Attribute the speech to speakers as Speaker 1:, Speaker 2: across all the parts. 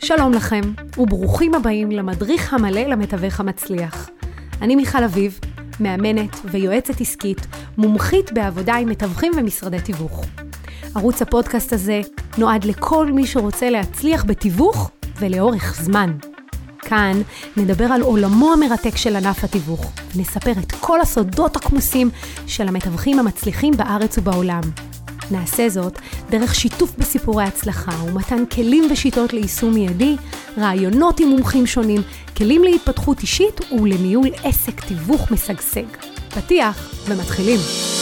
Speaker 1: שלום לכם, וברוכים הבאים למדריך המלא למתווך המצליח. אני מיכל אביב, מאמנת ויועצת עסקית, מומחית בעבודה עם מתווכים ומשרדי תיווך. ערוץ הפודקאסט הזה נועד לכל מי שרוצה להצליח בתיווך ולאורך זמן. כאן נדבר על עולמו המרתק של ענף התיווך, ונספר את כל הסודות הכמוסים של המתווכים המצליחים בארץ ובעולם. נעשה זאת דרך שיתוף בסיפורי הצלחה ומתן כלים ושיטות ליישום מיידי, רעיונות עם מומחים שונים, כלים להתפתחות אישית ולניהול עסק תיווך משגשג. פתיח ומתחילים.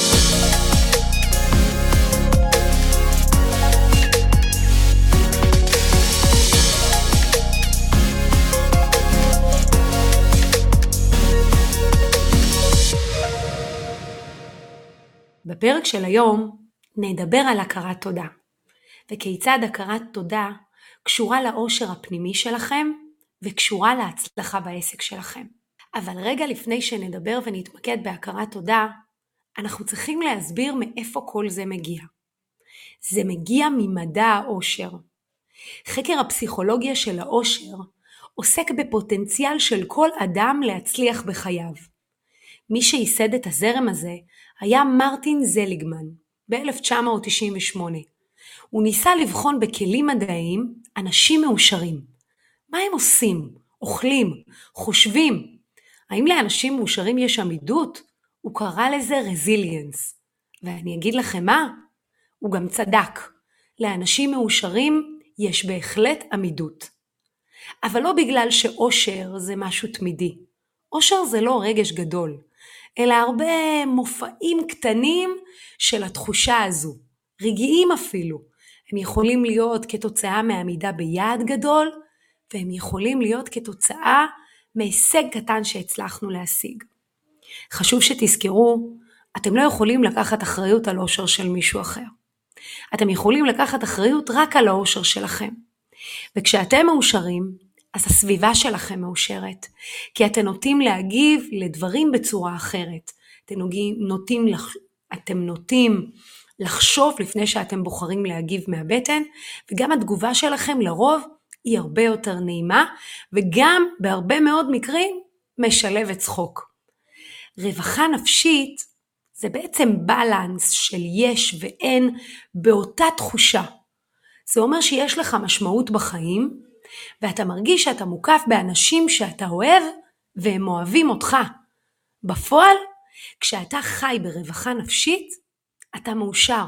Speaker 1: בפרק של היום נדבר על הכרת תודה, וכיצד הכרת תודה קשורה לאושר הפנימי שלכם וקשורה להצלחה בעסק שלכם. אבל רגע לפני שנדבר ונתמקד בהכרת תודה, אנחנו צריכים להסביר מאיפה כל זה מגיע. זה מגיע ממדע האושר. חקר הפסיכולוגיה של האושר עוסק בפוטנציאל של כל אדם להצליח בחייו. מי שייסד את הזרם הזה היה מרטין זליגמן ב-1998. הוא ניסה לבחון בכלים מדעיים אנשים מאושרים. מה הם עושים? אוכלים? חושבים? האם לאנשים מאושרים יש עמידות? הוא קרא לזה רזיליאנס. ואני אגיד לכם מה? הוא גם צדק. לאנשים מאושרים יש בהחלט עמידות. אבל לא בגלל שאושר זה משהו תמידי. אושר זה לא רגש גדול, אלא הרבה מופעים קטנים של התחושה הזו, רגעיים אפילו. הם יכולים להיות כתוצאה מעמידה ביעד גדול, והם יכולים להיות כתוצאה מהישג קטן שהצלחנו להשיג. חשוב שתזכרו, אתם לא יכולים לקחת אחריות על אושר של מישהו אחר. אתם יכולים לקחת אחריות רק על האושר שלכם. וכשאתם מאושרים, אז הסביבה שלכם מאושרת, כי אתם נוטים להגיב לדברים בצורה אחרת. אתם נוטים לחשוב לפני שאתם בוחרים להגיב מהבטן, וגם התגובה שלכם לרוב היא הרבה יותר נעימה, וגם בהרבה מאוד מקרים משלבת צחוק. רווחה נפשית זה בעצם בלנס של יש ואין באותה תחושה. זה אומר שיש לך משמעות בחיים, ואתה מרגיש שאתה מוקף באנשים שאתה אוהב והם אוהבים אותך. בפועל, כשאתה חי ברווחה נפשית, אתה מאושר.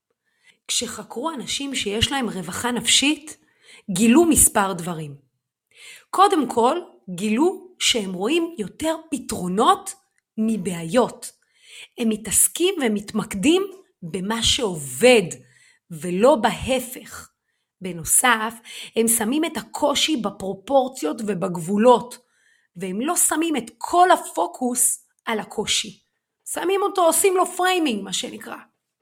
Speaker 1: כשחקרו אנשים שיש להם רווחה נפשית, גילו מספר דברים. קודם כל, גילו שהם רואים יותר פתרונות מבעיות. הם מתעסקים ומתמקדים במה שעובד, ולא בהפך. בנוסף, הם שמים את הקושי בפרופורציות ובגבולות, והם לא שמים את כל הפוקוס על הקושי. שמים אותו, עושים לו פריימינג, מה שנקרא.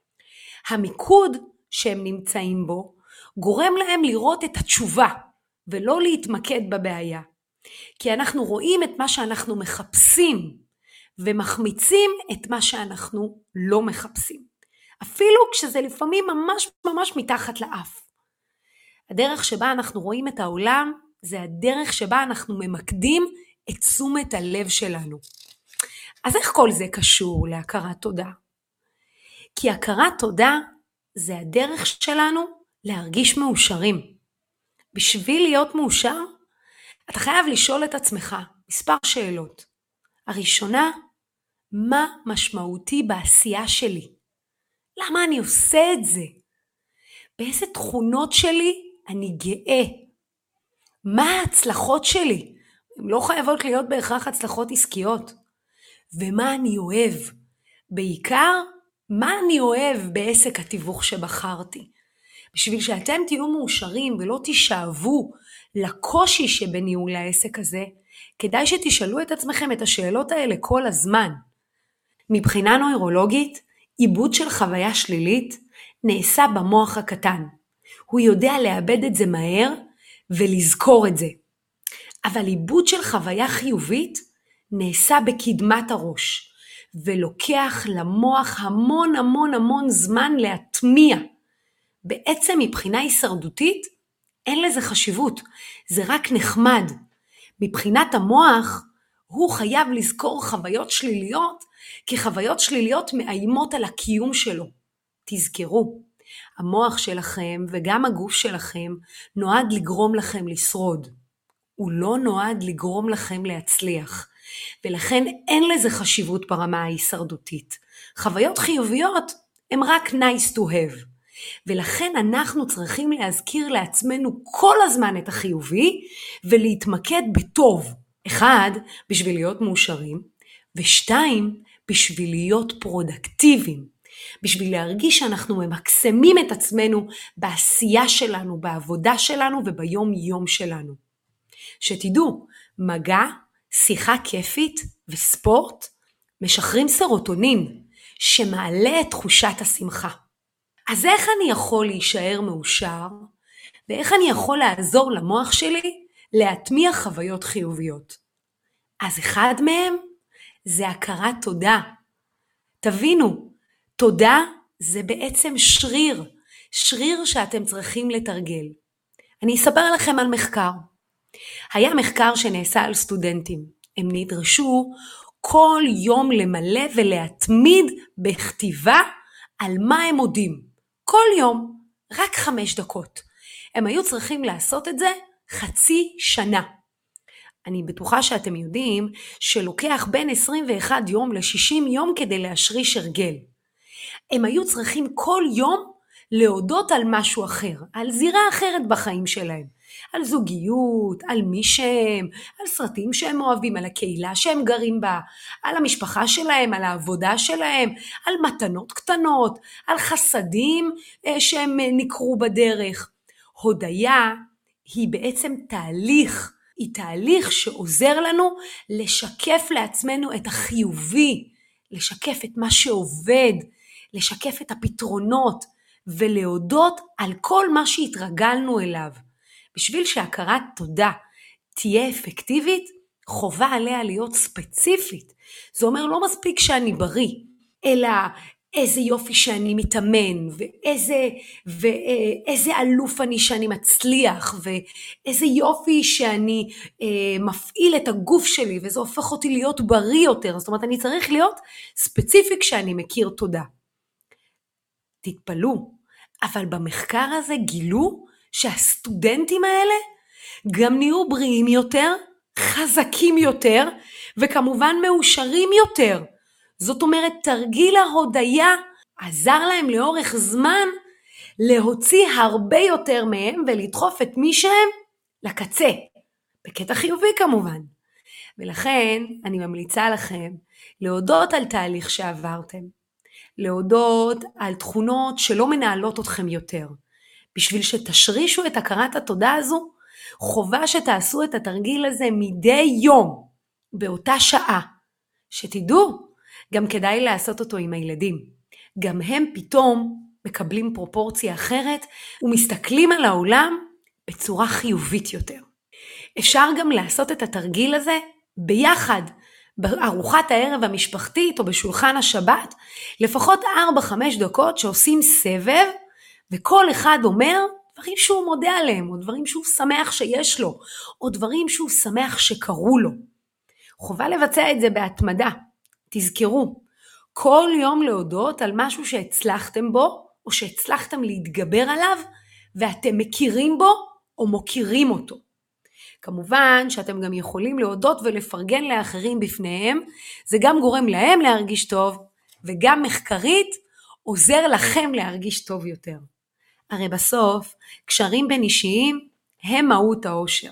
Speaker 1: המיקוד שהם נמצאים בו, גורם להם לראות את התשובה, ולא להתמקד בבעיה. כי אנחנו רואים את מה שאנחנו מחפשים, ומחמיצים את מה שאנחנו לא מחפשים. אפילו כשזה לפעמים ממש ממש מתחת לאף. הדרך שבה אנחנו רואים את העולם, זה הדרך שבה אנחנו ממקדים את תשומת הלב שלנו. אז איך כל זה קשור להכרת תודה? כי הכרת תודה זה הדרך שלנו להרגיש מאושרים. בשביל להיות מאושר, אתה חייב לשאול את עצמך מספר שאלות. הראשונה, מה משמעותי בעשייה שלי? למה אני עושה את זה? באיזה תכונות שלי אני גאה? מה ההצלחות שלי? הן לא חייבות להיות בהכרח הצלחות עסקיות. ומה אני אוהב? בעיקר, מה אני אוהב בעסק התיווך שבחרתי? בשביל שאתם תהיו מאושרים ולא תשאבו לקושי שבניהול העסק הזה, כדאי שתשאלו את עצמכם את השאלות האלה כל הזמן. מבחינה נוירולוגית, עיבוד של חוויה שלילית נעשה במוח הקטן. הוא יודע לאבד את זה מהר ולזכור את זה. אבל עיבוד של חוויה חיובית נעשה בקדמת הראש, ולוקח למוח המון המון המון זמן להטמיע. בעצם מבחינה הישרדותית, אין לזה חשיבות, זה רק נחמד. מבחינת המוח, הוא חייב לזכור חוויות שליליות, כי חוויות שליליות מאיימות על הקיום שלו. תזכרו, המוח שלכם וגם הגוף שלכם נועד לגרום לכם לשרוד. הוא לא נועד לגרום לכם להצליח, ולכן אין לזה חשיבות ברמה ההישרדותית. חוויות חיוביות הם רק nice to have, ולכן אנחנו צריכים להזכיר לעצמנו כל הזמן את החיובי, ולהתמקד בטוב. 1, בשביל להיות מאושרים, ו2, בשביל להיות פרודקטיביים, בשביל להרגיש שאנחנו ממקסמים את עצמנו בעשייה שלנו, בעבודה שלנו וביום יום שלנו. שתדעו, מגע, שיחה כיפית וספורט משחררים סרוטונין שמעלה את תחושת השמחה. אז איך אני יכול להישאר מאושר, ואיך אני יכול לעזור למוח שלי להטמיע חוויות חיוביות? אז אחד מהם זה הכרת תודה. תבינו, תודה זה בעצם שריר שאתם צריכים לתרגל. אני אספר לכם על מחקר. היה מחקר שנעשה על סטודנטים. הם נדרשו כל יום למלא ולהתמיד בכתיבה על מה הם מודים. כל יום, רק 5 דקות. הם היו צריכים לעשות את זה חצי שנה. אני בטוחה שאתם יודעים שלוקח בין 21 יום ל-60 יום כדי להשריש הרגל. הם היו צריכים כל יום להודות על משהו אחר, על זירה אחרת בחיים שלהם. על זוגיות, על מי שהם, על סרטים שהם אוהבים, על הקהילה שהם גרים בה, על המשפחה שלהם, על העבודה שלהם, על מתנות קטנות, על חסדים שהם נקרו בדרך. הודיה היא בעצם תהליך, היא תהליך שעוזר לנו לשקף לעצמנו את החיובי, לשקף את מה שעובד, לשקף את הפתרונות, ולהודות על כל מה שהתרגלנו אליו. בשביל שהכרת תודה תהיה אפקטיבית, חובה עליה להיות ספציפית. זה אומר לא מספיק שאני בריא, אלא איזה יופי שאני מתאמן, ואיזה אלוף אני שאני מצליח, ואיזה יופי שאני מפעיל את הגוף שלי, וזה הופך אותי להיות בריא יותר. זאת אומרת, אני צריך להיות ספציפי כשאני מכיר תודה. תתפלאו, אבל במחקר הזה גילו שהסטודנטים האלה גם נהיו בריאים יותר, חזקים יותר, וכמובן מאושרים יותר. זאת אומרת, תרגיל ההודיה עזר להם לאורך זמן להוציא הרבה יותר מהם ולדחוף את מי שהם לקצה, בקטע חיובי כמובן. ולכן אני ממליצה לכם להודות על תהליך שעברתם, להודות על תכונות שלא מנהלות אתכם יותר. בשביל שתשרישו את הכרת התודה הזו, חובה שתעשו את התרגיל הזה מדי יום, באותה שעה. שתדעו, גם כדאי לעשות אותו עם הילדים. גם הם פתאום מקבלים פרופורציה אחרת, ומסתכלים על העולם בצורה חיובית יותר. אפשר גם לעשות את התרגיל הזה ביחד, בארוחת הערב המשפחתית או בשולחן השבת, לפחות 4-5 דקות שעושים סבב, וכל אחד אומר דברים שהוא מודה עליהם, או דברים שהוא שמח שיש לו, או דברים שהוא שמח שקרו לו. חובה לבצע את זה בהתמדה. תזכרו, כל יום להודות על משהו שהצלחתם בו, או שהצלחתם להתגבר עליו, ואתם מכירים בו, או מוכירים אותו. כמובן שאתם גם יכולים להודות ולפרגן לאחרים בפניהם, זה גם גורם להם להרגיש טוב, וגם מחקרית עוזר לכם להרגיש טוב יותר. הרי בסוף, קשרים בין אישיים הם מהות האושר.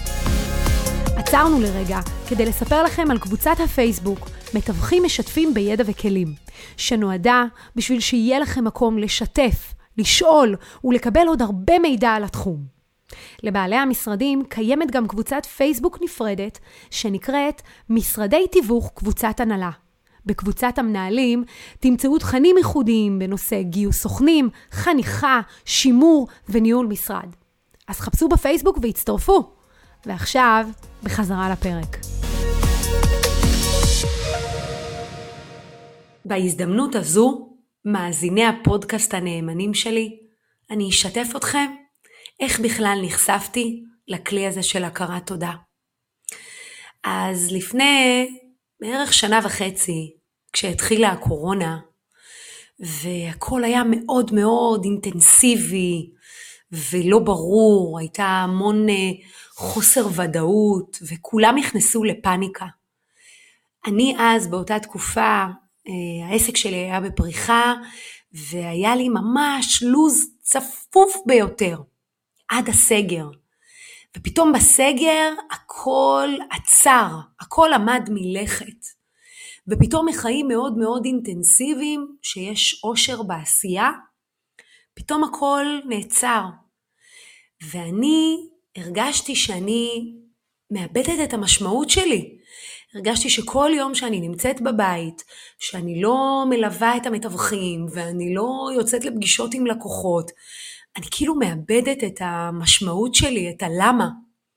Speaker 2: עצרנו לרגע כדי לספר לכם על קבוצת הפייסבוק מתווכים משתפים בידע וכלים, שנועדה בשביל שיהיה לכם מקום לשתף, לשאול ולקבל עוד הרבה מידע על התחום. לבעלי המשרדים קיימת גם קבוצת פייסבוק נפרדת שנקראת משרדי תיווך קבוצת הנהלה. בקבוצת המנהלים תמצאו תכנים ייחודיים בנושא גיוס סוכנים, חניכה, שימור וניהול משרד. אז חפשו בפייסבוק והצטרפו. ועכשיו, בחזרה לפרק.
Speaker 1: בהזדמנות הזו, מאזיני הפודקאסט הנאמנים שלי, אני אשתף אתכם איך בכלל נחשפתי לכלי הזה של הכרת תודה? אז לפני בערך 1.5 שנה, כשהתחילה הקורונה, והכל היה מאוד מאוד אינטנסיבי ולא ברור, הייתה המון חוסר ודאות, וכולם נכנסו לפאניקה. אני אז באותה תקופה, העסק שלי היה בפריחה, והיה לי ממש לוז צפוף ביותר, עד הסגר. ופתאום בסגר הכל עצר, הכל עמד מלכת. ופתאום מחיים מאוד מאוד אינטנסיביים, שיש אושר בעשייה, פתאום הכל נעצר. ואני הרגשתי שאני מאבדת את המשמעות שלי. הרגשתי שכל יום שאני נמצאת בבית, שאני לא מלווה את המתווכים, ואני לא יוצאת לפגישות עם לקוחות, אני כאילו מאבדת את המשמעות שלי, את הלמה.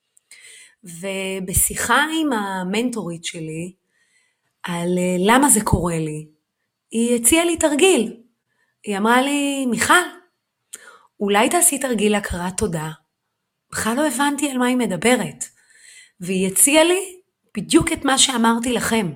Speaker 1: ובשיחה עם המנטורית שלי, על למה זה קורה לי, היא הציעה לי תרגיל. היא אמרה לי, מיכל, אולי תעשי תרגיל הכרת תודה. בכלל לא הבנתי על מה היא מדברת. והיא הציעה לי בדיוק את מה שאמרתי לכם.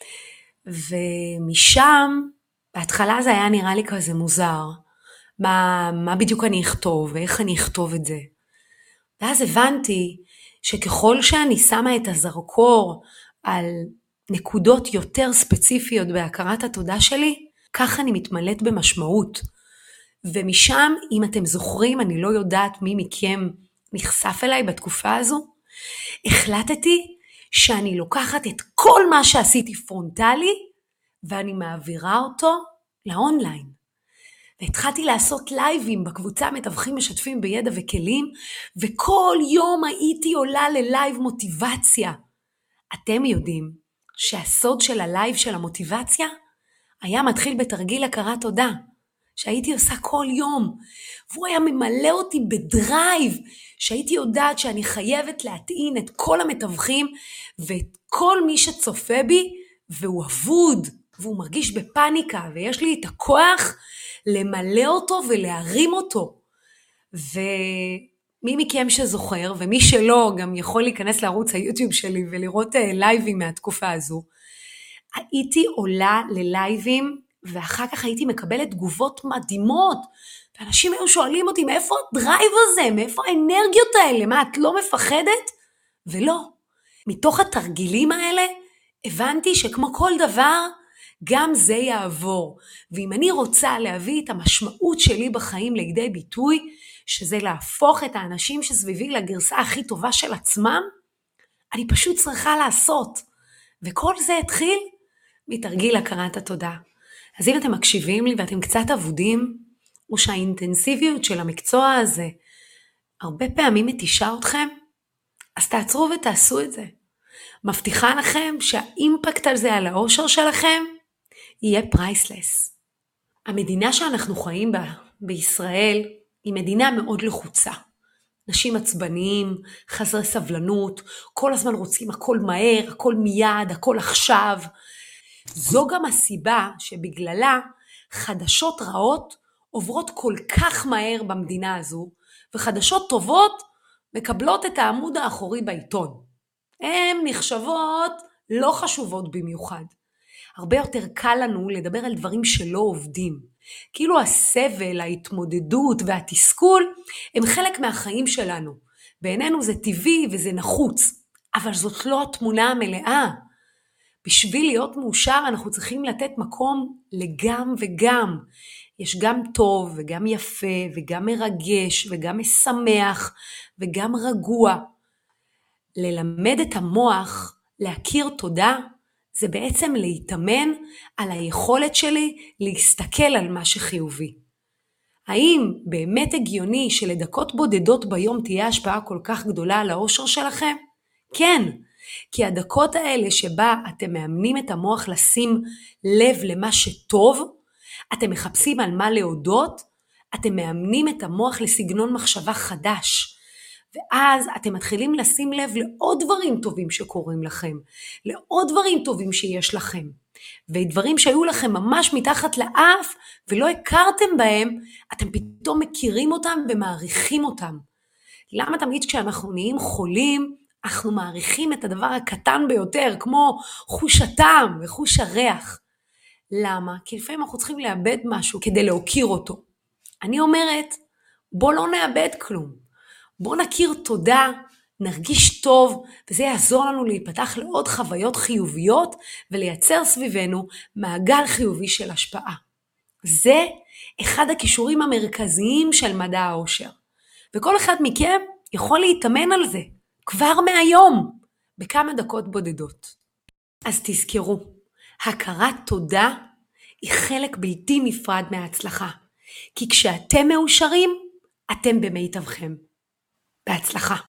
Speaker 1: ומשם, בהתחלה זה היה נראה לי כזה מוזר. מה בדיוק אני אכתוב ואיך אני אכתוב את זה. ואז הבנתי שככל שאני שמה את הזרקור על נקודות יותר ספציפיות בהכרת התודה שלי, כך אני מתמלאת במשמעות. ומשם, אם אתם זוכרים, אני לא יודעת מי מכם נחשף אליי בתקופה הזו, החלטתי שאני לוקחת את כל מה שעשיתי פרונטלי, ואני מעבירה אותו לאונליין. והתחלתי לעשות לייבים בקבוצה מתווכים משתפים בידע וכלים, וכל יום הייתי עולה ללייב מוטיבציה. אתם יודעים שהסוד של הלייב של המוטיבציה היה מתחיל בתרגיל הכרת תודה, שהייתי עושה כל יום, והוא היה ממלא אותי בדרייב, שהייתי יודעת שאני חייבת להטעין את כל המתווכים, ואת כל מי שצופה בי, והוא אבוד, והוא מרגיש בפאניקה, ויש לי את הכוח למלא אותו ולהרים אותו. ומי מכם שזוכר, ומי שלא גם יכול להיכנס לערוץ היוטיוב שלי, ולראות לייבים מהתקופה הזו, הייתי עולה ללייבים, ואחר כך הייתי מקבלת תגובות מדהימות, ואנשים היו שואלים אותי, מאיפה הדרייב הזה? מאיפה האנרגיות האלה? מה, את לא מפחדת? ולא. מתוך התרגילים האלה, הבנתי שכמו כל דבר, גם זה יעבור. ואם אני רוצה להביא את המשמעות שלי בחיים לידי ביטוי, שזה להפוך את האנשים שסביבי לגרסה הכי טובה של עצמם, אני פשוט צריכה לעשות. וכל זה התחיל מתרגיל הכרת התודה. אז אם אתם מקשיבים לי ואתם קצת עבודים, או שהאינטנסיביות של המקצוע הזה הרבה פעמים מתישה אתכם, אז תעצרו ותעשו את זה. מבטיחה לכם שהאימפקט על זה, על האושר שלכם, יהיה פרייסלס. המדינה שאנחנו חיים בה, בישראל, היא מדינה מאוד לחוצה. אנשים עצבניים, חסרי סבלנות, כל הזמן רוצים הכל מהר, הכל מיד, הכל עכשיו. זו גם הסיבה שבגללה חדשות רעות עוברות כל כך מהר במדינה הזו, וחדשות טובות מקבלות את העמוד האחורי בעיתון. הן נחשבות לא חשובות במיוחד. הרבה יותר קל לנו לדבר על דברים שלא עובדים. כאילו הסבל, ההתמודדות והתסכול הם חלק מהחיים שלנו. בעינינו זה טבעי וזה נחוץ, אבל זאת לא התמונה המלאה. בשביל להיות מאושר אנחנו צריכים לתת מקום לגם וגם. יש גם טוב וגם יפה וגם מרגש וגם משמח וגם רגוע. ללמד את המוח להכיר תודה, זה בעצם להתאמן על היכולת שלי להסתכל על מה שחיובי. האם באמת הגיוני שלדקות בודדות ביום תהיה השפעה כל כך גדולה על האושר שלכם? כן, כי הדקות האלה שבה אתם מאמנים את המוח לשים לב למה שטוב, אתם מחפשים על מה להודות, אתם מאמנים את המוח לסגנון מחשבה חדש, ואז אתם מתחילים לשים לב לעוד דברים טובים שקורים לכם, לעוד דברים טובים שיש לכם, ודברים שהיו לכם ממש מתחת לאף ולא הכרתם בהם, אתם פתאום מכירים אותם ומעריכים אותם. למה תמיד כשאנחנו נהיים חולים, אנחנו מעריכים את הדבר הקטן ביותר, כמו חוש הטעם וחוש הריח? למה? כי לפעמים אנחנו צריכים לאבד משהו כדי להוקיר אותו. אני אומרת, בוא לא נאבד כלום. בוא נכיר תודה, נרגיש טוב, וזה יעזור לנו להיפתח לעוד חוויות חיוביות, ולייצר סביבנו מעגל חיובי של השפעה. זה אחד הכישורים המרכזיים של מדע העושר. וכל אחד מכם יכול להתאמן על זה, כבר מהיום, בכמה דקות בודדות. אז תזכרו, הכרת תודה היא חלק בלתי נפרד מההצלחה. כי כשאתם מאושרים, אתם במיטבכם. בהצלחה.